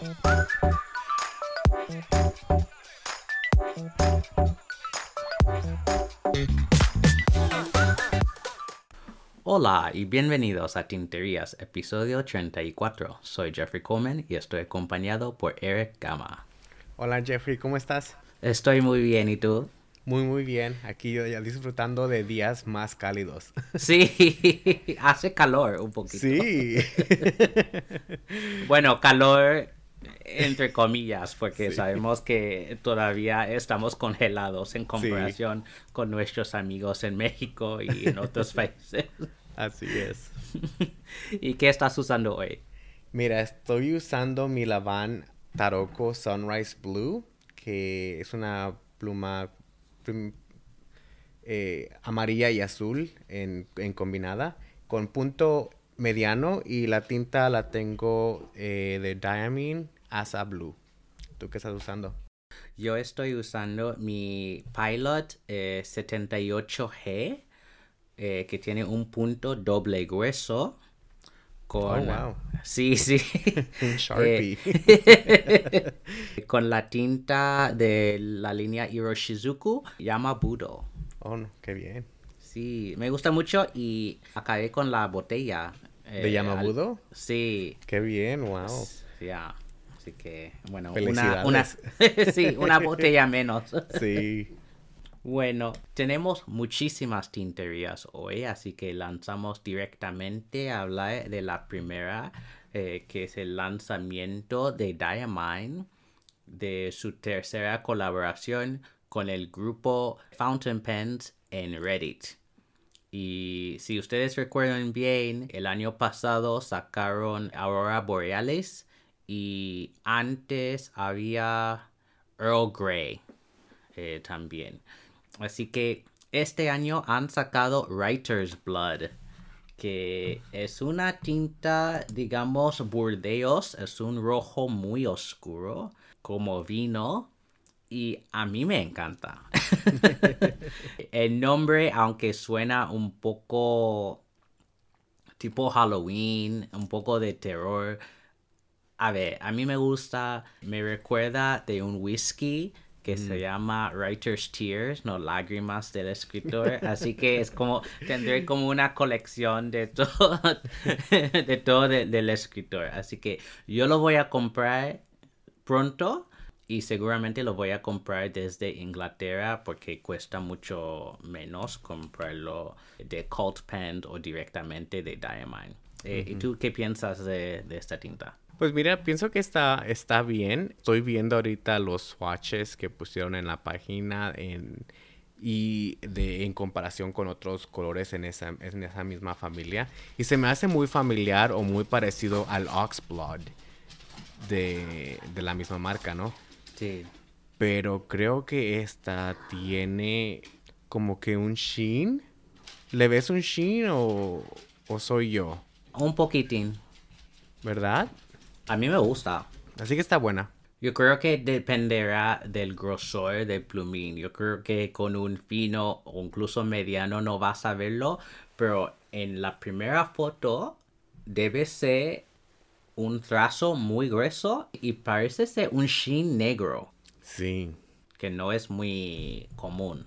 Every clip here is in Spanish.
Hola y bienvenidos a Tinterías, episodio 34. Soy Jeffrey Coleman y estoy acompañado por Eric Gama. Hola Jeffrey, ¿cómo estás? Estoy muy bien, ¿y tú? Muy bien. Aquí yo ya disfrutando de días más cálidos. Sí, hace calor un poquito. Sí. Bueno, calor entre comillas, porque Sí. sabemos que todavía estamos congelados en Sí, comparación con nuestros amigos en México y en otros países. así es. ¿Y qué estás usando hoy? Mira, estoy usando mi Lavan Taroko Sunrise Blue, que es una pluma prim- amarilla y azul en combinada, con punto mediano, y la tinta la tengo de Diamine Asa Blue. ¿Tú qué estás usando? Yo estoy usando mi Pilot 78G, que tiene un punto doble grueso Oh, con... wow. Sí, sí. Un eh, Sharpie. con la tinta de la línea Iroshizuku Yamabudo. Oh, no, qué bien. Sí, me gusta mucho y acabé con la botella. ¿De Yamabudo? Sí, Qué bien, wow. ya. Así que, bueno, Felicidades. sí, una botella menos. Sí. Bueno, tenemos muchísimas tinterías hoy, así que lanzamos directamente a hablar de la primera, que es el lanzamiento de Diamine, de su tercera colaboración con el grupo Fountain Pens en Reddit. Y si ustedes recuerdan bien, el año pasado sacaron Aurora Borealis y antes había Earl Grey también. Así que este año han sacado Writer's Blood, que es una tinta, digamos, burdeos, es un rojo muy oscuro, como vino, y a mí me encanta. El nombre, aunque suena un poco tipo Halloween, un poco de terror, a ver, a mí me gusta, me recuerda de un whisky que se llama Writer's Tears, no lágrimas del escritor, así que es como, tendré como una colección de todo, de todo del escritor, así que yo lo voy a comprar pronto y seguramente lo voy a comprar desde Inglaterra porque cuesta mucho menos comprarlo de Cult Pen o directamente de Diamine. ¿Y tú qué piensas de esta tinta? Pues mira, pienso que está bien. Estoy viendo ahorita los swatches que pusieron en la página en comparación con otros colores en esa misma familia. Y se me hace muy familiar o muy parecido al Oxblood de la misma marca, ¿no? Sí, Pero creo que esta tiene como que un sheen. ¿Le ves un sheen o soy yo? un poquitín. ¿Verdad? A mí me gusta. Así que está buena. Yo creo que dependerá del grosor del plumín. Yo creo que con un fino o incluso mediano no vas a verlo, pero en la primera foto debe ser un trazo muy grueso y parece ser un sheen negro, Sí. que no es muy común.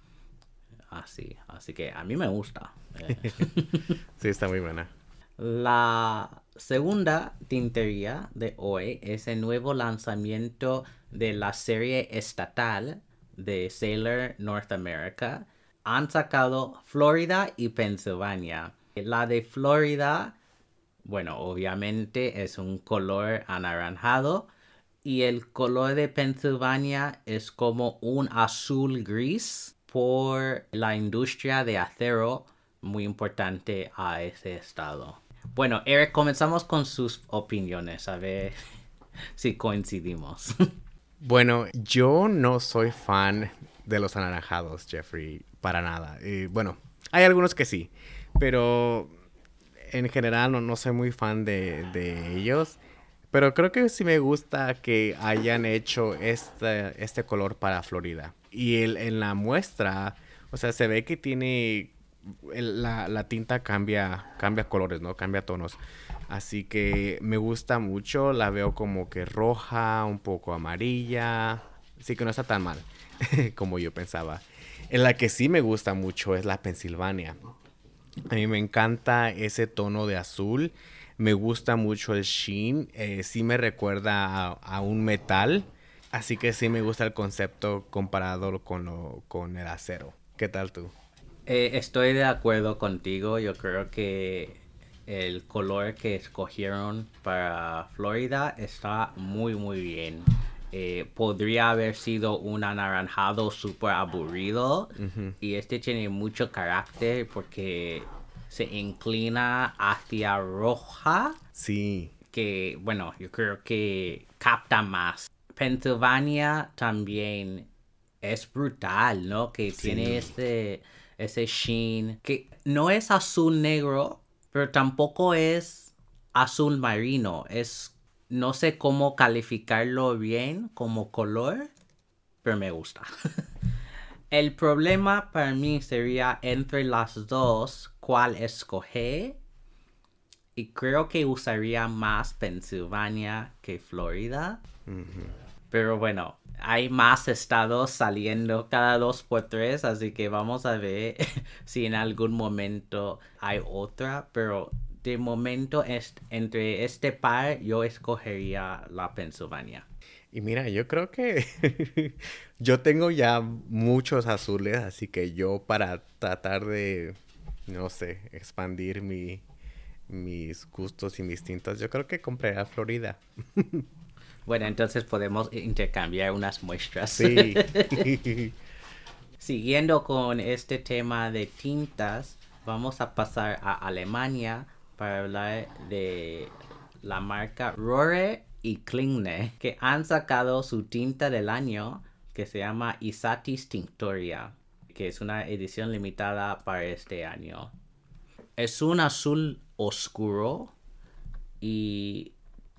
Así que a mí me gusta. Sí, está muy buena. La segunda tintería de hoy es el nuevo lanzamiento de la serie estatal de Sailor North America. Han sacado Florida y Pennsylvania. La de Florida, bueno, obviamente es un color anaranjado y el color de Pennsylvania es como un azul gris por la industria de acero muy importante a ese estado. Bueno, Eric, comenzamos con sus opiniones, a ver si coincidimos. Bueno, yo no soy fan de los anaranjados, Jeffrey, para nada. Bueno, hay algunos que sí, pero en general no soy muy fan de ellos. Pero creo que sí me gusta que hayan hecho este color para Florida. Y en la muestra, o sea, se ve que tiene... la tinta cambia colores, ¿no? Cambia tonos. Así que me gusta mucho, la veo como que roja, un poco amarilla, así que no está tan mal como yo pensaba. En la que sí me gusta mucho es la Pensilvania. A mí me encanta ese tono de azul, me gusta mucho el sheen, sí me recuerda a un metal, así que sí me gusta el concepto comparado con el acero. ¿Qué tal tú? Estoy de acuerdo contigo. Yo creo que el color que escogieron para Florida está muy muy bien. Podría haber sido un anaranjado súper aburrido y este tiene mucho carácter porque se inclina hacia roja Sí, que, bueno, yo creo que capta más. Pennsylvania también es brutal, ¿no? Que tiene sí, ese sheen, que no es azul negro, pero tampoco es azul marino. Es, no sé cómo calificarlo bien como color, pero me gusta. El problema para mí sería entre las dos, cuál escoger. Y creo que usaría más Pensilvania que Florida. Pero bueno, hay más estados saliendo cada 2 por 3, así que vamos a ver si en algún momento hay otra. Pero de momento entre este par yo escogería la Pensilvania. y mira, yo creo que yo tengo ya muchos azules, así que yo para tratar de, no sé, expandir mis gustos y mis tintas, yo creo que compré a Florida. Bueno, entonces podemos intercambiar unas muestras. Sí. Siguiendo con este tema de tintas, vamos a pasar a Alemania para hablar de la marca Rohrer y Klingne, que han sacado su tinta del año que se llama Isatis Tinctoria, que es una edición limitada para este año. Es un azul oscuro y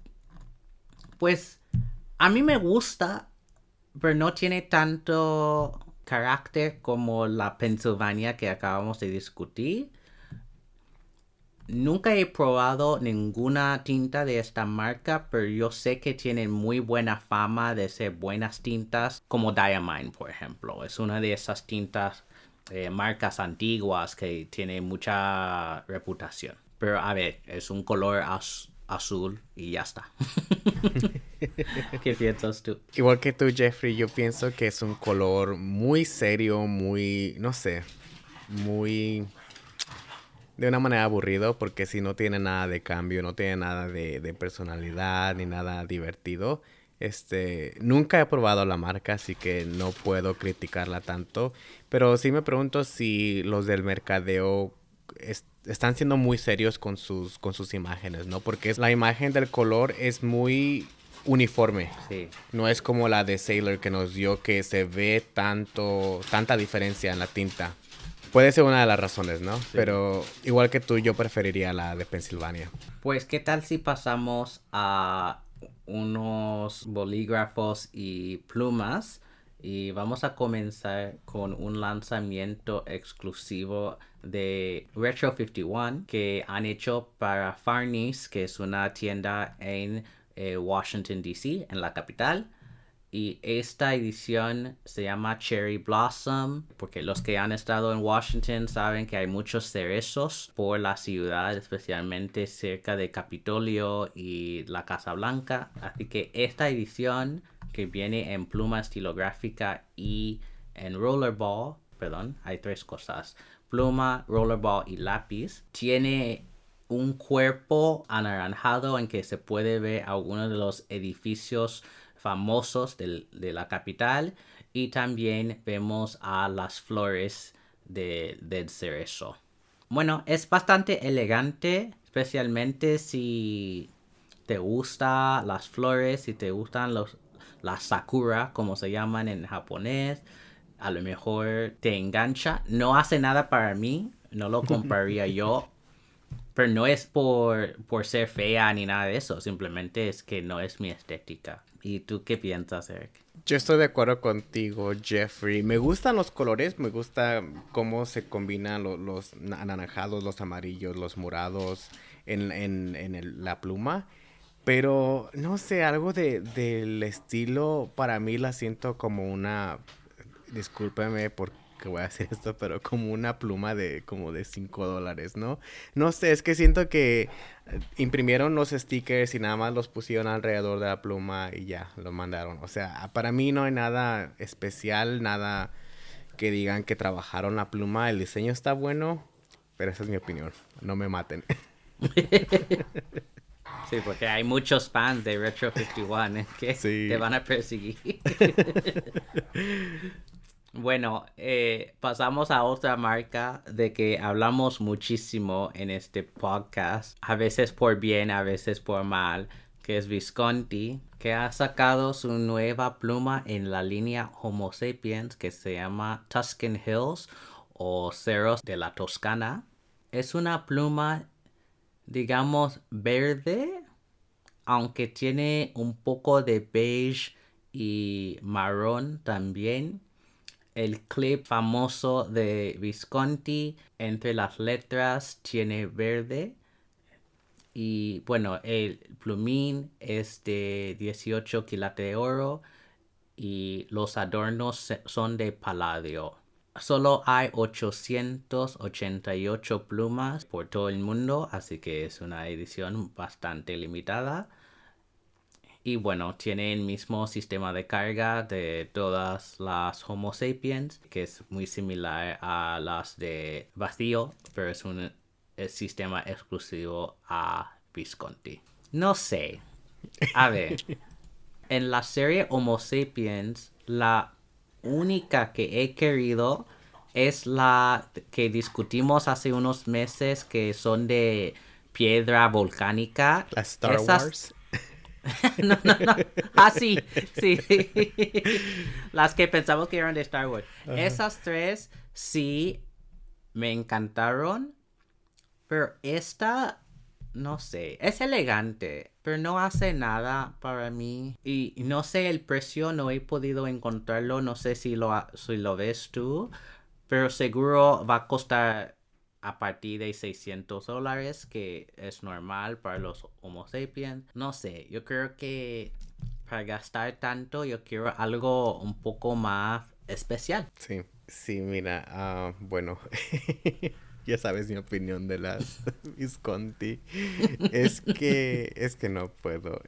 pues a mí me gusta, pero no tiene tanto carácter como la Pennsylvania que acabamos de discutir. Nunca he probado ninguna tinta de esta marca, pero yo sé que tienen muy buena fama de ser buenas tintas, como Diamine, por ejemplo. Es una de esas tintas, marcas antiguas que tiene mucha reputación. Pero a ver, es un color azul y ya está. ¿Qué piensas tú? Igual que tú, Jeffrey, yo pienso que es un color muy serio, muy, no sé, muy de una manera aburrido, porque si no tiene nada de cambio, no tiene nada de personalidad ni nada divertido. Nunca he probado la marca, así que no puedo criticarla tanto, pero sí me pregunto si los del mercadeo están siendo muy serios con sus imágenes, ¿no? Porque la imagen del color es muy uniforme. Sí. No es como la de Sailor que nos dio que se ve tanta diferencia en la tinta. Puede ser una de las razones, ¿no? Sí. Pero igual que tú, yo preferiría la de Pensilvania. Pues, ¿qué tal si pasamos a unos bolígrafos y plumas? Y vamos a comenzar con un lanzamiento exclusivo de Retro 51 que han hecho para Farnese, que es una tienda en Washington, D.C., en la capital. Y esta edición se llama Cherry Blossom, porque los que han estado en Washington saben que hay muchos cerezos por la ciudad, especialmente cerca de Capitolio y la Casa Blanca. Así que esta edición, que viene en pluma estilográfica y en rollerball, perdón, hay 3 cosas: pluma, rollerball y lápiz, tiene un cuerpo anaranjado en que se puede ver algunos de los edificios famosos de la capital, y también vemos a las flores del cerezo. Bueno, es bastante elegante, especialmente si te gustan las flores, si te gustan las sakura, como se llaman en japonés. A lo mejor te engancha. No hace nada para mí, no lo compraría yo. Pero no es por ser fea ni nada de eso, simplemente es que no es mi estética. ¿Y tú qué piensas, Eric? Yo estoy de acuerdo contigo, Jeffrey. Me gustan los colores, me gusta cómo se combinan los anaranjados, los amarillos, los morados. la pluma. Pero, no sé, algo del estilo, para mí la siento como una, discúlpeme porque voy a hacer esto, pero como una pluma como de $5, ¿no? No sé, es que siento que imprimieron los stickers y nada más los pusieron alrededor de la pluma y ya, lo mandaron. O sea, para mí no hay nada especial, nada que digan que trabajaron la pluma. El diseño está bueno, pero esa es mi opinión. No me maten. Sí, porque hay muchos fans de Retro 51 que Sí. te van a perseguir. Bueno, pasamos a otra marca de que hablamos muchísimo en este podcast, a veces por bien, a veces por mal, que es Visconti, que ha sacado su nueva pluma en la línea Homo Sapiens que se llama Tuscan Hills o Cerros de la Toscana. Es una pluma, digamos, verde, aunque tiene un poco de beige y marrón también. El clip famoso de Visconti entre las letras tiene verde. Y bueno, el plumín es de 18 quilates de oro y los adornos son de paladio. Solo hay 888 plumas por todo el mundo, así que es una edición bastante limitada. Y bueno, tiene el mismo sistema de carga de todas las Homo sapiens, que es muy similar a las de vacío, pero es un sistema exclusivo a Visconti. No sé. A ver, en la serie Homo sapiens, la única que he querido es la que discutimos hace unos meses, que son de piedra volcánica. La Star Wars. No, no, no. Ah, sí, sí. Las que pensamos que eran de Star Wars. Esas tres sí me encantaron. Pero esta, no sé. Es elegante, pero no hace nada para mí. Y no sé el precio, no he podido encontrarlo. No sé si lo ves tú. Pero seguro va a costar a partir de $600, que es normal para los Homo sapiens. No sé, yo creo que para gastar tanto, yo quiero algo un poco más especial. Sí, sí, mira, bueno, ya sabes mi opinión de las Visconti. Es que no puedo.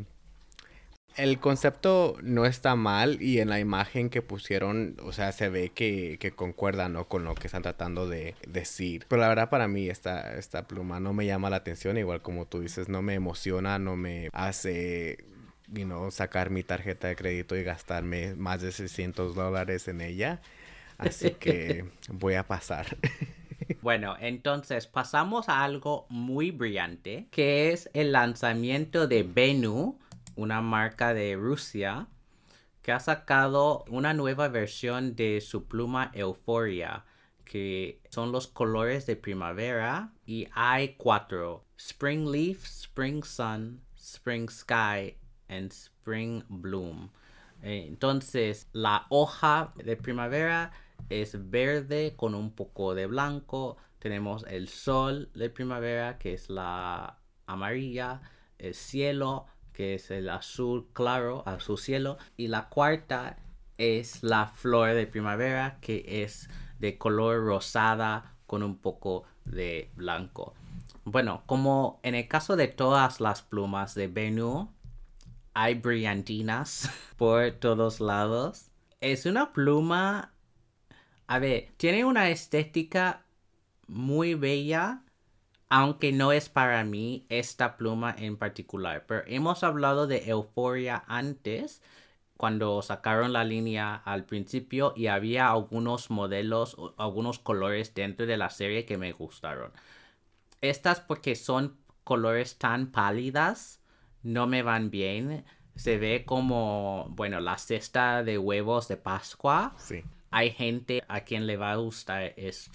El concepto no está mal y en la imagen que pusieron, o sea, se ve que concuerda, ¿no?, con lo que están tratando de decir. Pero la verdad para mí esta pluma no me llama la atención, igual como tú dices, no me emociona, no me hace, sacar mi tarjeta de crédito y gastarme más de $600 en ella. Así que voy a pasar. Bueno, entonces pasamos a algo muy brillante, que es el lanzamiento de Benu, una marca de Rusia, que ha sacado una nueva versión de su pluma Euphoria, que son los colores de primavera, y hay 4: Spring Leaf, Spring Sun, Spring Sky and Spring Bloom. Entonces, la hoja de primavera es verde con un poco de blanco. Tenemos el sol de primavera, que es la amarilla, el cielo, que es el azul claro, azul cielo, y la cuarta es la flor de primavera, que es de color rosada con un poco de blanco. Bueno, como en el caso de todas las plumas de Benu, hay brillantinas por todos lados. Es una pluma, a ver, tiene una estética muy bella, aunque no es para mí esta pluma en particular. Pero hemos hablado de Euphoria antes, cuando sacaron la línea al principio, y había algunos modelos, algunos colores dentro de la serie que me gustaron. Estas, porque son colores tan pálidas, no me van bien. Se ve como, bueno, la cesta de huevos de Pascua. Sí. Hay gente a quien le va a gustar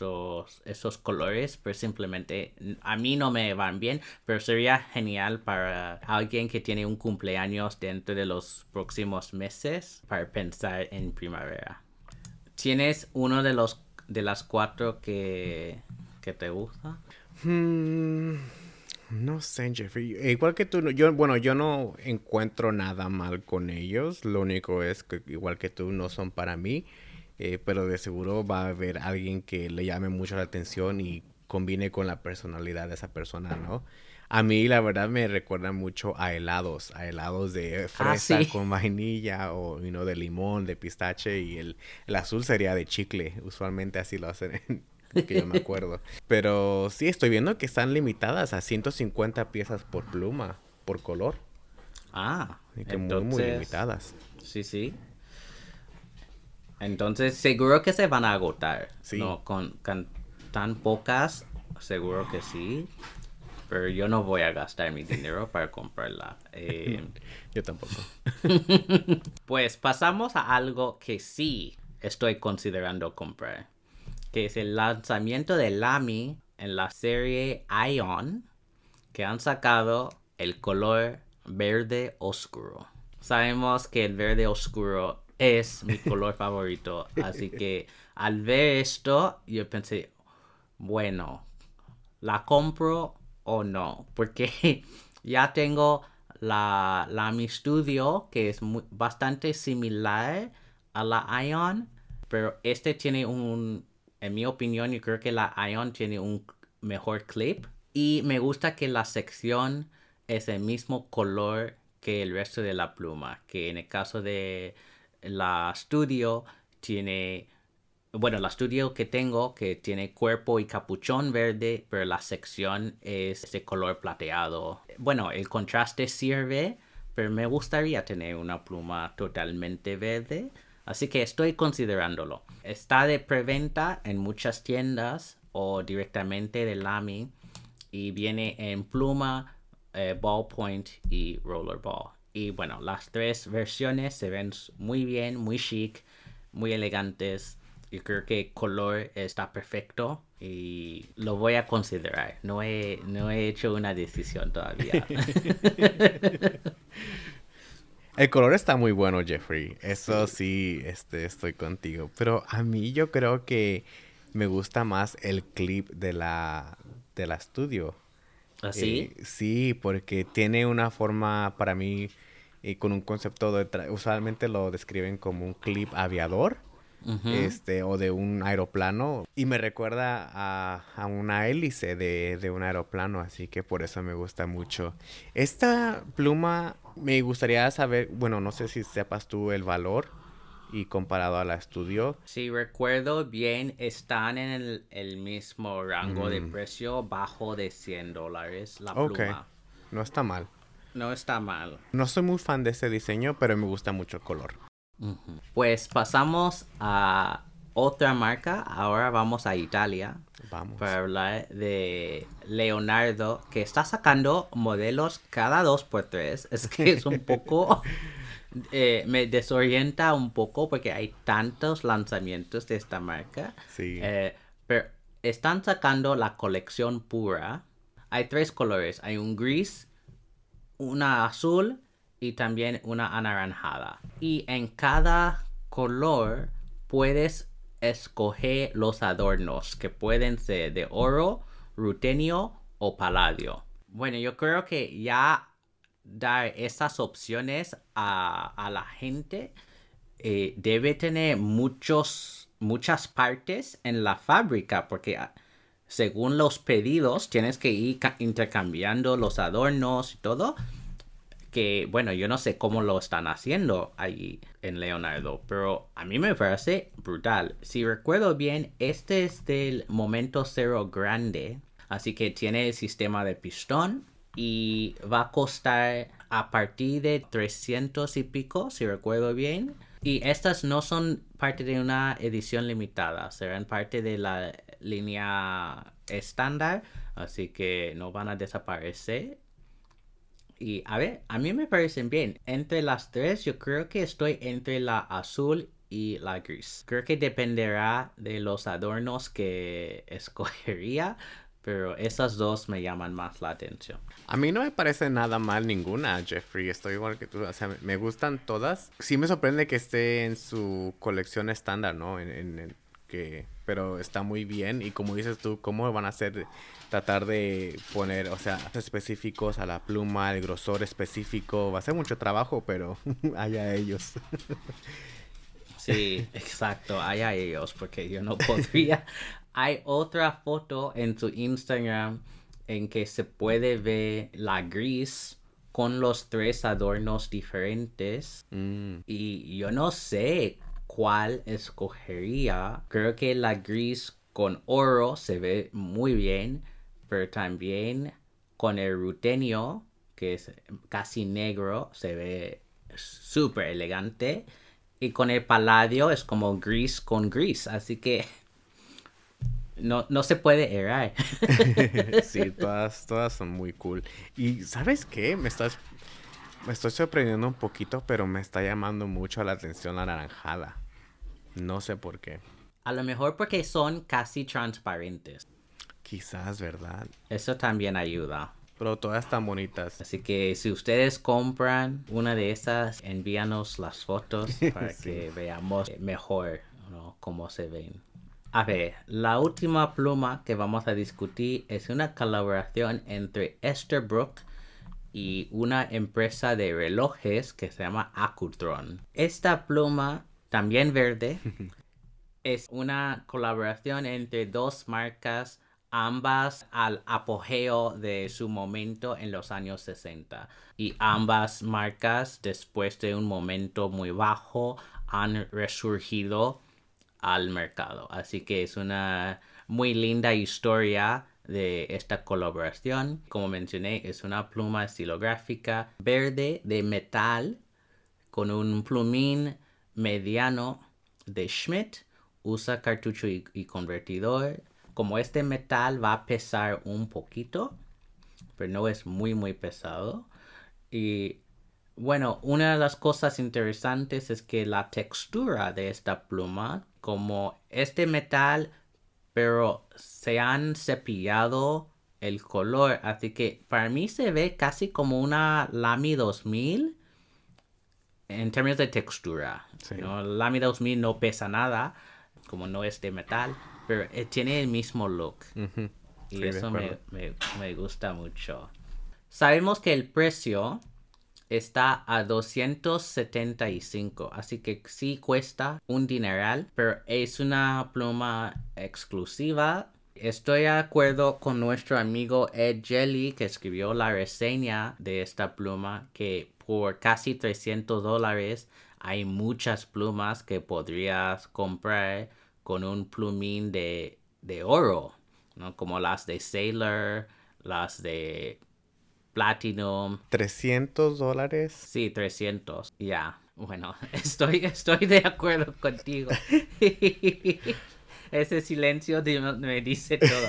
esos colores, pero simplemente a mí no me van bien. Pero sería genial para alguien que tiene un cumpleaños dentro de los próximos meses para pensar en primavera. ¿Tienes uno de las 4 que te gusta? No sé, Jeffrey. Igual que tú, bueno, yo no encuentro nada mal con ellos. Lo único es que, igual que tú, no son para mí. Pero de seguro va a haber alguien que le llame mucho la atención y combine con la personalidad de esa persona, ¿no? A mí, la verdad, me recuerda mucho a helados de Ah, fresa sí. con vainilla o, de limón, de pistache y el azul sería de chicle. Usualmente así lo hacen, que yo me acuerdo. Pero sí, estoy viendo que están limitadas a 150 piezas por pluma, por color. Ah, Y que muy, muy entonces, limitadas. sí, sí. Entonces, seguro que se van a agotar. Sí, No, con tan pocas, seguro que sí. Pero yo no voy a gastar mi dinero para comprarla. yo tampoco. Pues pasamos a algo que sí estoy considerando comprar. Que es el lanzamiento de Lamy en la serie Ion. Que han sacado el color verde oscuro. Sabemos que el verde oscuro es mi color favorito, así que al ver esto yo pensé, bueno, ¿la compro o no? Porque ya tengo la Mi Studio, que es bastante similar a la Ion, pero este tiene en mi opinión, yo creo que la Ion tiene un mejor clip. Y me gusta que la sección es el mismo color que el resto de la pluma, que en el caso de la Studio tiene bueno, la estudio que tengo, que tiene cuerpo y capuchón verde, pero la sección es de color plateado. Bueno, el contraste sirve, pero me gustaría tener una pluma totalmente verde, así que estoy considerándolo. Está de preventa en muchas tiendas o directamente de Lamy y viene en pluma, ballpoint y rollerball. Y bueno, las tres versiones se ven muy bien, muy chic, muy elegantes. Yo creo que el color está perfecto y lo voy a considerar. No he hecho una decisión todavía. El color está muy bueno, Jeffrey. Eso Sí. sí, estoy contigo. Pero a mí yo creo que me gusta más el clip de la estudio. ¿Así? Sí, porque tiene una forma para mí con un concepto usualmente lo describen como un clip aviador, Ujú. o de un aeroplano y me recuerda a una hélice de un aeroplano, así que por eso me gusta mucho. Esta pluma me gustaría saber, bueno, no sé si sepas tú el valor y comparado a la estudio. Si recuerdo bien, están en el mismo rango de Mm, precio, bajo de $100 la ok, pluma. no está mal. No está mal. No soy muy fan de este diseño, pero me gusta mucho el color. Ujú. Pues pasamos a otra marca. Ahora vamos a Italia para Vamos. hablar de Leonardo, que está sacando modelos cada 2 por 3. Es que es un poco... me desorienta un poco porque hay tantos lanzamientos de esta marca. Sí. Pero están sacando la colección pura. Hay 3 colores. Hay un gris, una azul y también una anaranjada. Y en cada color puedes escoger los adornos que pueden ser de oro, rutenio o paladio. Bueno, yo creo que ya dar esas opciones a la gente debe tener muchas partes en la fábrica porque según los pedidos tienes que ir intercambiando los adornos y todo. Que bueno, yo no sé cómo lo están haciendo allí en Leonardo, pero a mí me parece brutal. Si recuerdo bien, este es del momento cero grande, así que tiene el sistema de pistón y va a costar a partir de 300 y pico, si recuerdo bien. Y estas no son parte de una edición limitada, serán parte de la línea estándar, así que no van a desaparecer. Y a ver, a mí me parecen bien. Entre las tres, yo creo que estoy entre la azul y la gris. Creo que dependerá de los adornos que escogería, pero esas dos me llaman más la atención. A mí no me parece nada mal ninguna, Jeffrey. Estoy igual que tú. O sea, me gustan todas. Sí me sorprende que esté en su colección estándar, ¿no? pero está muy bien. Y como dices tú, ¿cómo van a hacer? Tratar de poner, o sea, específicos a la pluma, el grosor específico. Va a ser mucho trabajo, pero allá ellos. Sí, exacto, allá ellos, porque yo no podría. Hay otra foto en tu Instagram en que se puede ver la gris con los tres adornos diferentes. Mm, Y yo no sé cuál escogería. Creo que la gris con oro se ve muy bien, pero también con el rutenio, que es casi negro, se ve súper elegante. Y con el paladio es como gris con gris, así que no se puede errar. sí, todas son muy cool. Y ¿sabes qué? Me estoy sorprendiendo un poquito, pero me está llamando mucho la atención la naranjada. No sé por qué. A lo mejor porque son casi transparentes. Quizás, ¿verdad? Eso también ayuda. Pero todas están bonitas. Así que si ustedes compran una de esas, envíanos las fotos para Sí. que veamos mejor, ¿no?, cómo se ven. A ver, la última pluma que vamos a discutir es una colaboración entre Esterbrook y una empresa de relojes que se llama Accutron. Esta pluma, también verde, es una colaboración entre dos marcas, ambas al apogeo de su momento en los años 60. Y ambas marcas, después de un momento muy bajo, han resurgido al mercado. Así que es una muy linda historia de esta colaboración. Como mencioné, es una pluma estilográfica verde de metal con un plumín mediano de Schmidt. Usa cartucho y convertidor. Como este metal va a pesar un poquito, pero no es muy pesado. Y bueno, una de las cosas interesantes es que la textura de esta pluma, como este metal, pero se han cepillado el color, así que para mí se ve casi como una Lamy 2000 en términos de textura. Sí. ¿No? El Lamy 2000 no pesa nada, como no es de metal, pero tiene el mismo look. Ujú. Y Sí, de eso acuerdo. me gusta mucho. Sabemos que el precio está a 275, así que sí cuesta un dineral, pero es una pluma exclusiva. Estoy de acuerdo con nuestro amigo Ed Jelly, que escribió la reseña de esta pluma, que por casi $300 hay muchas plumas que podrías comprar con un plumín de oro, ¿no? Como las de Sailor, las de Platinum. $300. Sí, 300. Ya. Bueno, estoy de acuerdo contigo. Ese silencio me dice todo.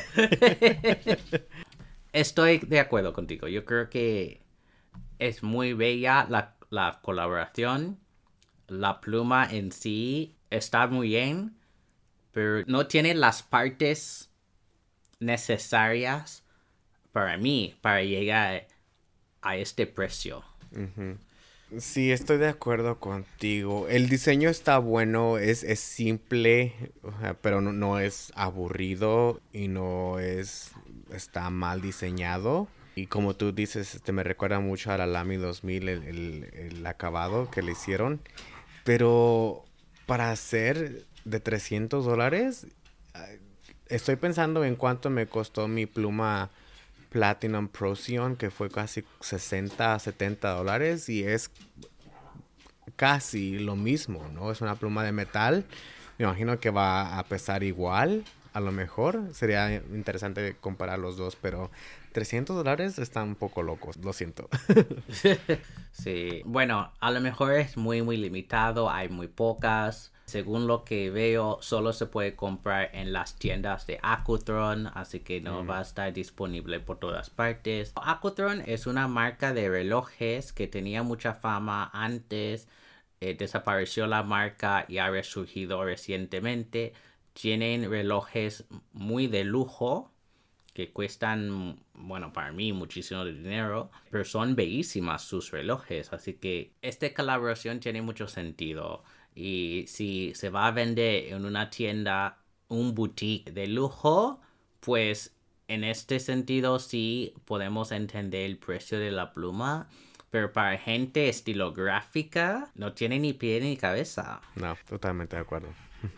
Estoy de acuerdo contigo. Yo creo que es muy bella la colaboración. La pluma en sí está muy bien, pero no tiene las partes necesarias para mí, para llegar a este precio. Sí, estoy de acuerdo contigo. El diseño está bueno, es simple, o sea, pero no es aburrido y no está mal diseñado. Y como tú dices, me recuerda mucho a la Lamy 2000, el acabado que le hicieron. Pero para hacer de $300, ah, estoy pensando en cuánto me costó mi pluma Platinum Procyon, que fue casi $60 a $70 y es casi lo mismo, ¿no? Es una pluma de metal. Me imagino que va a pesar igual, a lo mejor. Sería interesante comparar los dos, pero $300 están un poco locos, lo siento. Sí, bueno, a lo mejor es muy limitado, hay muy pocas. Según lo que veo, solo se puede comprar en las tiendas de Accutron, así que no va a estar disponible por todas partes. Accutron es una marca de relojes que tenía mucha fama antes, desapareció la marca y ha resurgido recientemente. Tienen relojes muy de lujo que cuestan, bueno, para mí muchísimo dinero, pero son bellísimas sus relojes, así que esta colaboración tiene mucho sentido. Y si se va a vender en una tienda un boutique de lujo, pues en este sentido sí podemos entender el precio de la pluma, pero para gente estilográfica no tiene ni pie ni cabeza. No, totalmente de acuerdo.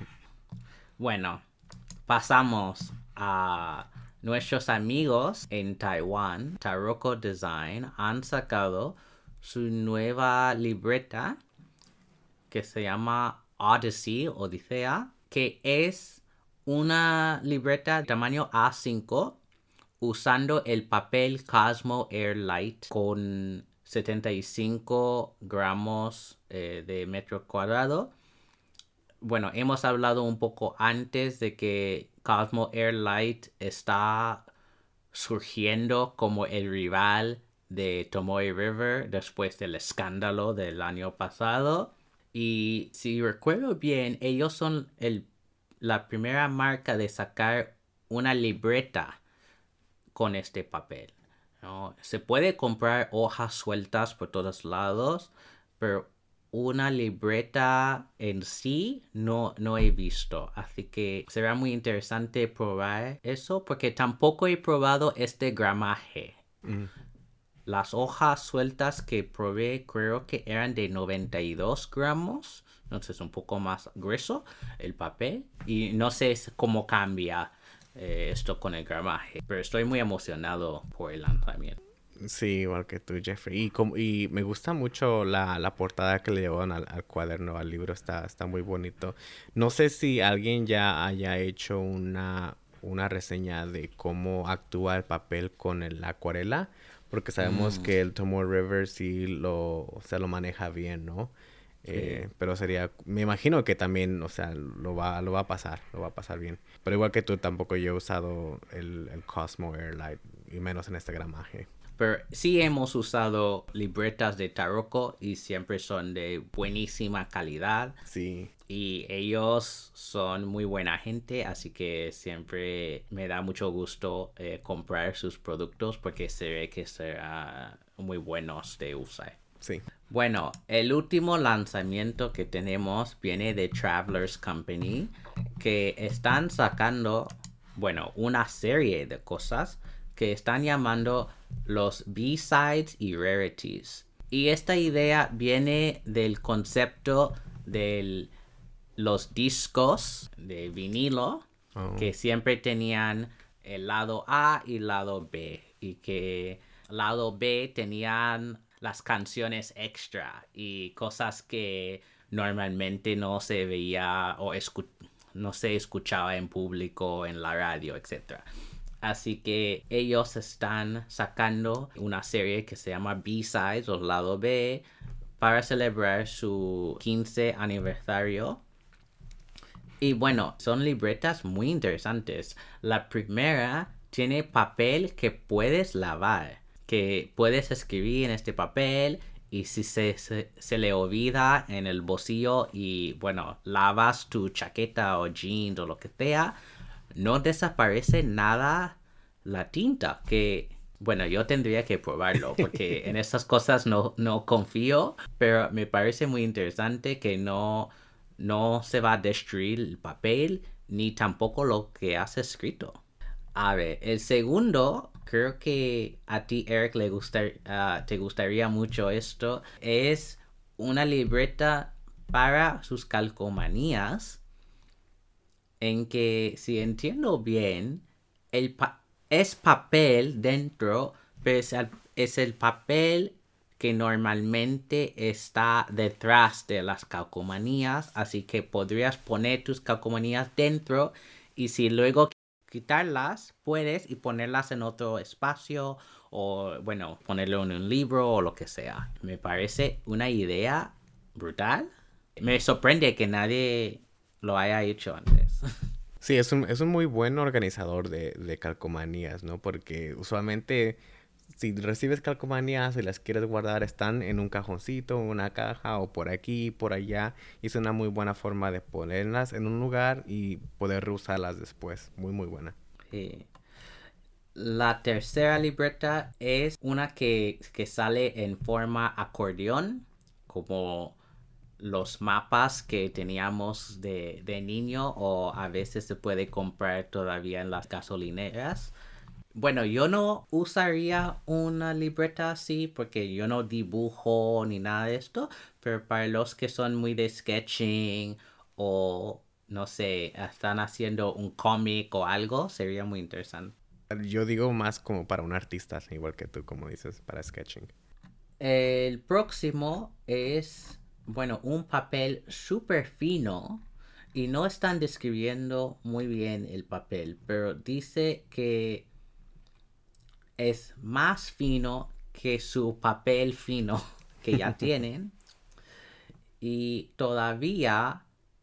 Bueno, pasamos a nuestros amigos en Taiwán. Taroko Design han sacado su nueva libreta que se llama Odyssey, Odisea, que es una libreta de tamaño A5 usando el papel Cosmo Air Light con 75 gramos de metro cuadrado. Bueno, hemos hablado un poco antes de que Cosmo Air Light está surgiendo como el rival de Tomoe River después del escándalo del año pasado. Y si recuerdo bien, ellos son la primera marca de sacar una libreta con este papel, ¿no? Se puede comprar hojas sueltas por todos lados, pero una libreta en sí no he visto. Así que será muy interesante probar eso porque tampoco he probado este gramaje. Las hojas sueltas que probé creo que eran de 92 gramos. Entonces un poco más grueso el papel. Y no sé cómo cambia esto con el gramaje. Pero estoy muy emocionado por el lanzamiento. Sí, igual que tú, Jeffrey. Y me gusta mucho la portada que le llevan al cuaderno, al libro. Está muy bonito. No sé si alguien ya haya hecho una reseña de cómo actúa el papel con la acuarela. Porque sabemos que el Tomoe River sí lo maneja bien, ¿no? Pero me imagino que también, o sea, lo va a pasar bien. Pero igual que tú, tampoco yo he usado el Cosmo Air Light, y menos en este gramaje. Pero sí hemos usado libretas de Taroko y siempre son de buenísima calidad. Sí. Y ellos son muy buena gente, así que siempre me da mucho gusto comprar sus productos porque se ve que serán muy buenos de usar. Sí. Bueno, el último lanzamiento que tenemos viene de Travelers Company, que están sacando, bueno, una serie de cosas que están llamando los B-Sides y Rarities. Y esta idea viene del concepto de los discos de vinilo que siempre tenían el lado A y el lado B. Y que el lado B tenían las canciones extra y cosas que normalmente no se veía o no se escuchaba en público, en la radio, etc. Así que ellos están sacando una serie que se llama B-Sides o lado B para celebrar su 15 aniversario. Y bueno, son libretas muy interesantes. La primera tiene papel que puedes lavar, que puedes escribir en este papel y si se le olvida en el bolsillo y bueno, lavas tu chaqueta o jeans o lo que sea, no desaparece nada la tinta, que bueno, yo tendría que probarlo porque en estas cosas no confío, pero me parece muy interesante que no se va a destruir el papel ni tampoco lo que has escrito. A ver, el segundo, creo que a ti, Eric, te gustaría mucho esto, es una libreta para sus calcomanías en que, si entiendo bien, es papel dentro, pero es el papel que normalmente está detrás de las calcomanías, así que podrías poner tus calcomanías dentro y si luego quitarlas, puedes y ponerlas en otro espacio o, bueno, ponerlo en un libro o lo que sea. Me parece una idea brutal. Me sorprende que nadie lo haya hecho antes. Sí, es un muy buen organizador de calcomanías, ¿no? Porque usualmente si recibes calcomanías y las quieres guardar, están en un cajoncito, en una caja o por aquí, por allá. Y es una muy buena forma de ponerlas en un lugar y poder reusarlas después. Muy, muy buena. Sí. La tercera libreta es una que sale en forma acordeón, como los mapas que teníamos de niño o a veces se puede comprar todavía en las gasolineras. Bueno, yo no usaría una libreta así porque yo no dibujo ni nada de esto, pero para los que son muy de sketching o no sé, están haciendo un cómic o algo, sería muy interesante. Yo digo más como para un artista, igual que tú, como dices, para sketching. El próximo es, bueno, un papel súper fino y no están describiendo muy bien el papel, pero dice que es más fino que su papel fino que ya tienen y todavía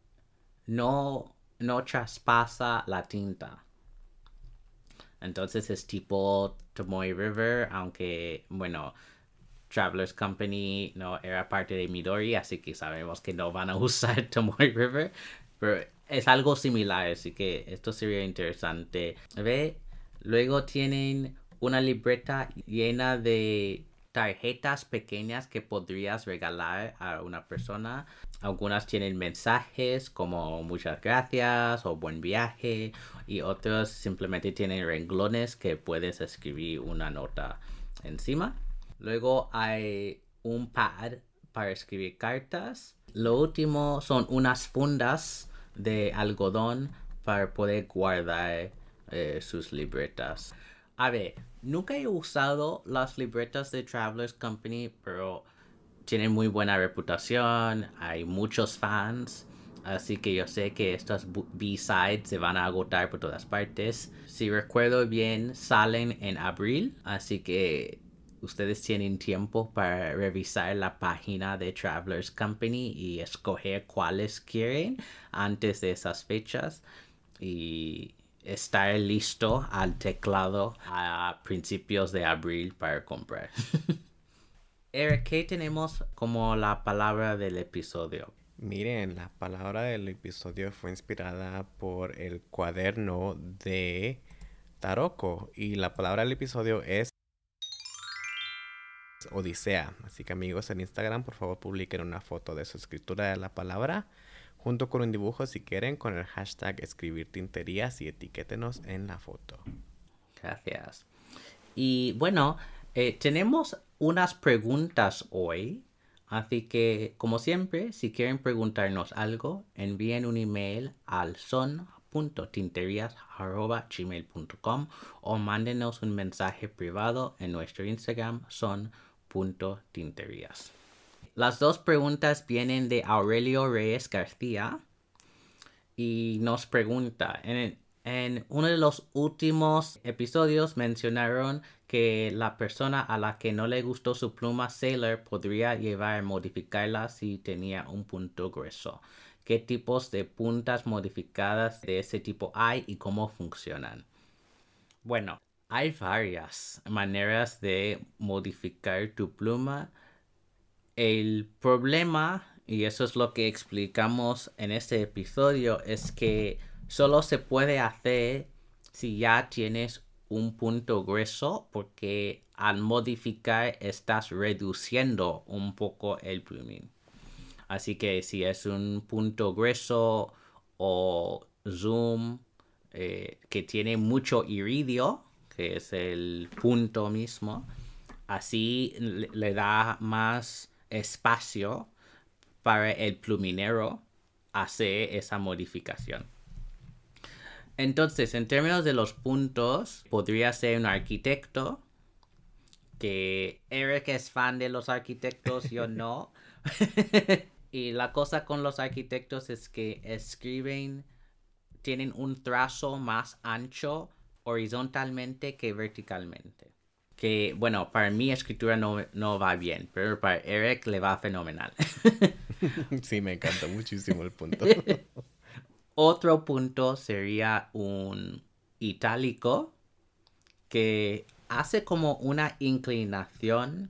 no traspasa la tinta. Entonces es tipo Tomoe River, aunque, bueno, Travelers Company no era parte de Midori, así que sabemos que no van a usar Tomoe River, pero es algo similar, así que esto sería interesante. ¿Ve? Luego tienen una libreta llena de tarjetas pequeñas que podrías regalar a una persona. Algunas tienen mensajes como muchas gracias o buen viaje y otras simplemente tienen renglones que puedes escribir una nota encima. Luego hay un pad para escribir cartas. Lo último son unas fundas de algodón para poder guardar sus libretas. A ver, nunca he usado las libretas de Travelers Company, pero tienen muy buena reputación, hay muchos fans, así que yo sé que estas B-sides se van a agotar por todas partes. Si recuerdo bien, salen en abril, así que ustedes tienen tiempo para revisar la página de Travelers Company y escoger cuáles quieren antes de esas fechas y estar listo al teclado a principios de abril para comprar. Eric, ¿qué tenemos como la palabra del episodio? Miren, la palabra del episodio fue inspirada por el cuaderno de Taroko y la palabra del episodio es Odisea. Así que amigos en Instagram, por favor publiquen una foto de su escritura de la palabra junto con un dibujo si quieren con el hashtag escribir tinterías y etiquétenos en la foto. Gracias. Y bueno, tenemos unas preguntas hoy. Así que, como siempre, si quieren preguntarnos algo, envíen un email al son.tinterias@gmail.com o mándenos un mensaje privado en nuestro Instagram son.tinterias. Las dos preguntas vienen de Aurelio Reyes García y nos pregunta, en uno de los últimos episodios mencionaron que la persona a la que no le gustó su pluma Sailor podría llevar a modificarla si tenía un punto grueso. ¿Qué tipos de puntas modificadas de ese tipo hay y cómo funcionan? Bueno, hay varias maneras de modificar tu pluma. El problema, y eso es lo que explicamos en este episodio, es que solo se puede hacer si ya tienes un punto grueso, porque al modificar estás reduciendo un poco el plumín. Así que si es un punto grueso o zoom que tiene mucho iridio, que es el punto mismo, así le da más espacio para el pluminero hacer esa modificación. Entonces, en términos de los puntos, podría ser un arquitecto, que Eric es fan de los arquitectos, yo no. Y la cosa con los arquitectos es que escriben, tienen un trazo más ancho horizontalmente que verticalmente. Que, bueno, para mi escritura no va bien, pero para Eric le va fenomenal. Sí, me encanta muchísimo el punto. Otro punto sería un itálico que hace como una inclinación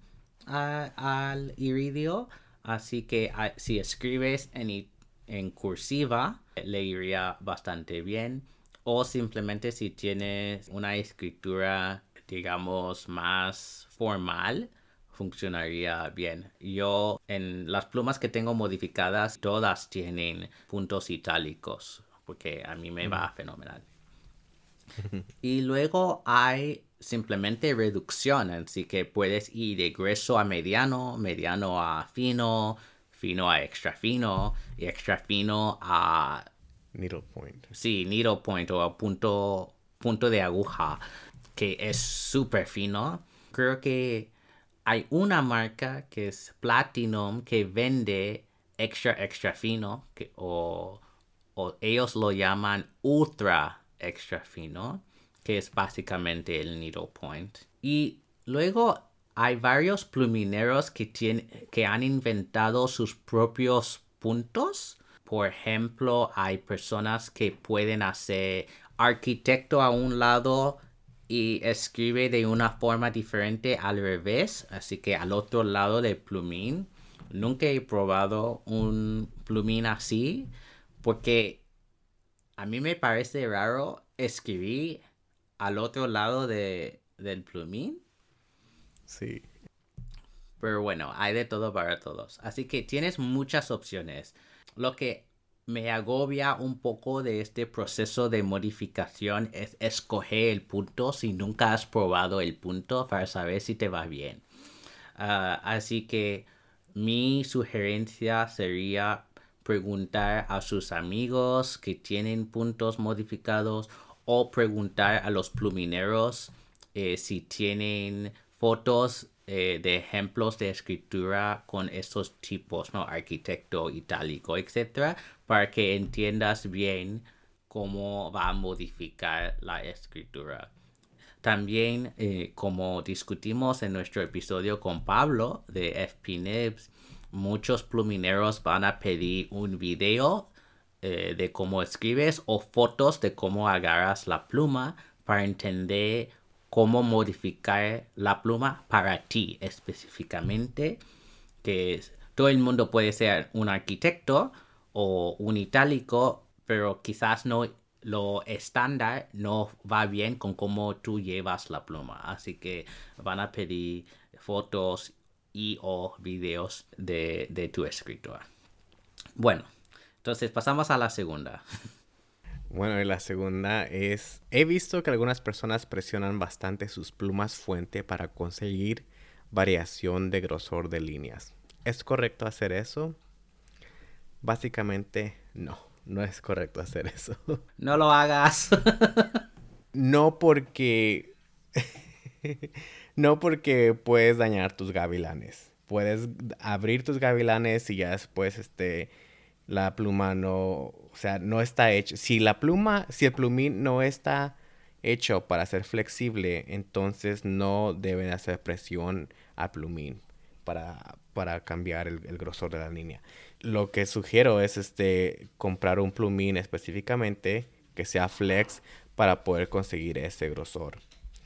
al iridio, así que si escribes en cursiva le iría bastante bien, o simplemente si tienes una escritura digamos más formal, funcionaría bien. Yo, en las plumas que tengo modificadas, todas tienen puntos itálicos, porque a mí me va fenomenal. Y luego hay simplemente reducción, así que puedes ir de grueso a mediano, mediano a fino, fino a extra fino, y extra fino a, Needlepoint. sí, needle point o a punto de aguja, que es súper fino. Creo que hay una marca que es Platinum que vende extra fino, o ellos lo llaman ultra extra fino, que es básicamente el needle point. Y luego hay varios plumineros que han inventado sus propios puntos. Por ejemplo, hay personas que pueden hacer arquitecto a un lado y escribe de una forma diferente al revés, así que al otro lado del plumín. Nunca he probado un plumín así, porque a mí me parece raro escribir al otro lado del plumín. Sí. Pero bueno, hay de todo para todos. Así que tienes muchas opciones. Lo que me agobia un poco de este proceso de modificación es escoger el punto si nunca has probado el punto para saber si te va bien. Así que mi sugerencia sería preguntar a sus amigos que tienen puntos modificados o preguntar a los plumineros si tienen fotos de ejemplos de escritura con estos tipos, ¿no? Arquitecto, itálico, etcétera, para que entiendas bien cómo va a modificar la escritura. También, como discutimos en nuestro episodio con Pablo de FPNibs, muchos plumineros van a pedir un video de cómo escribes o fotos de cómo agarras la pluma para entender cómo modificar la pluma para ti específicamente. Que todo el mundo puede ser un arquitecto o un itálico, pero quizás no lo estándar no va bien con cómo tú llevas la pluma. Así que van a pedir fotos y o videos de tu escritura. Bueno, entonces pasamos a la segunda. Bueno, y la segunda es, he visto que algunas personas presionan bastante sus plumas fuente para conseguir variación de grosor de líneas. ¿Es correcto hacer eso? Básicamente, no, no es correcto hacer eso. No lo hagas. No porque... no porque puedes dañar tus gavilanes. Puedes abrir tus gavilanes y ya después, la pluma no... O sea, no está hecha. Si el plumín no está hecho para ser flexible, entonces no deben hacer presión al plumín para cambiar el grosor de la línea. Lo que sugiero es comprar un plumín específicamente que sea flex para poder conseguir ese grosor.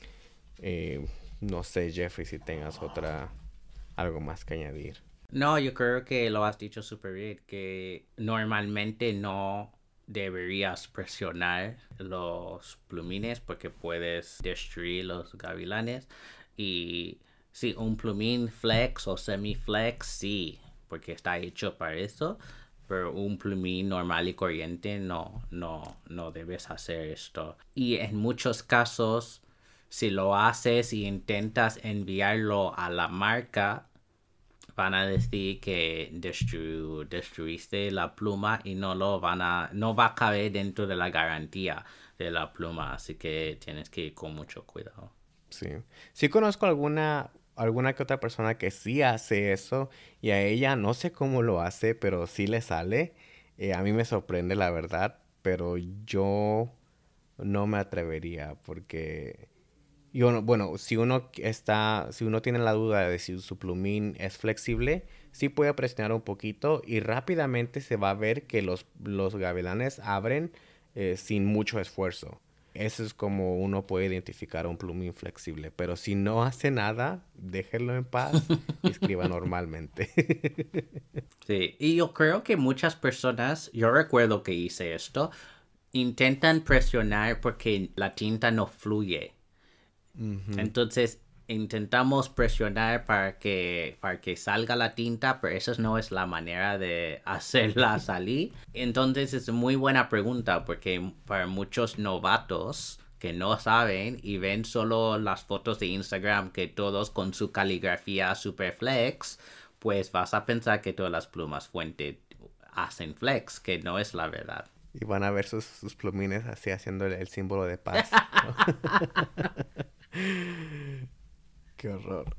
No sé, Jeffrey, si tengas algo más que añadir. No, yo creo que lo has dicho súper bien, que normalmente no deberías presionar los plumines porque puedes destruir los gavilanes. Y sí, un plumín flex o semi-flex, sí, porque está hecho para eso. Pero un plumín normal y corriente no debes hacer esto. Y en muchos casos, si lo haces y intentas enviarlo a la marca, van a decir que destruiste la pluma y no va a caber dentro de la garantía de la pluma, así que tienes que ir con mucho cuidado. Sí. Sí conozco alguna que otra persona que sí hace eso y a ella no sé cómo lo hace, pero sí le sale. A mí me sorprende la verdad, pero yo no me atrevería porque bueno, si uno tiene la duda de si su plumín es flexible, sí puede presionar un poquito y rápidamente se va a ver que los gavilanes abren sin mucho esfuerzo. Eso es como uno puede identificar un plumín flexible. Pero si no hace nada, déjenlo en paz y escriba normalmente. Sí, y yo creo que muchas personas, yo recuerdo que hice esto, intentan presionar porque la tinta no fluye. Ujú. Entonces intentamos presionar para que salga la tinta, pero esa no es la manera de hacerla salir. Entonces es muy buena pregunta, porque para muchos novatos que no saben y ven solo las fotos de Instagram que todos con su caligrafía super flex, pues vas a pensar que todas las plumas fuente hacen flex, que no es la verdad. Y van a ver sus plumines así haciendo el símbolo de paz, ¿no? Qué horror.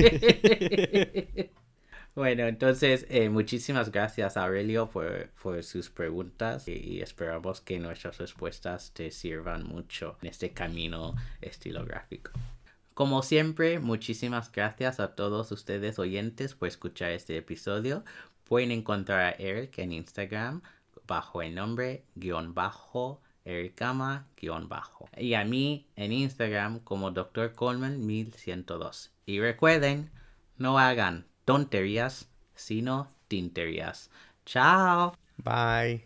Bueno, entonces muchísimas gracias, Aurelio, por sus preguntas y esperamos que nuestras respuestas te sirvan mucho en este camino estilográfico. Como siempre, muchísimas gracias a todos ustedes oyentes por escuchar este episodio. Pueden encontrar a Eric en Instagram bajo el nombre _Ericama_. Y a mí en Instagram como Dr. Coleman 1102. Y recuerden, no hagan tonterías, sino tinterías. ¡Chao! Bye.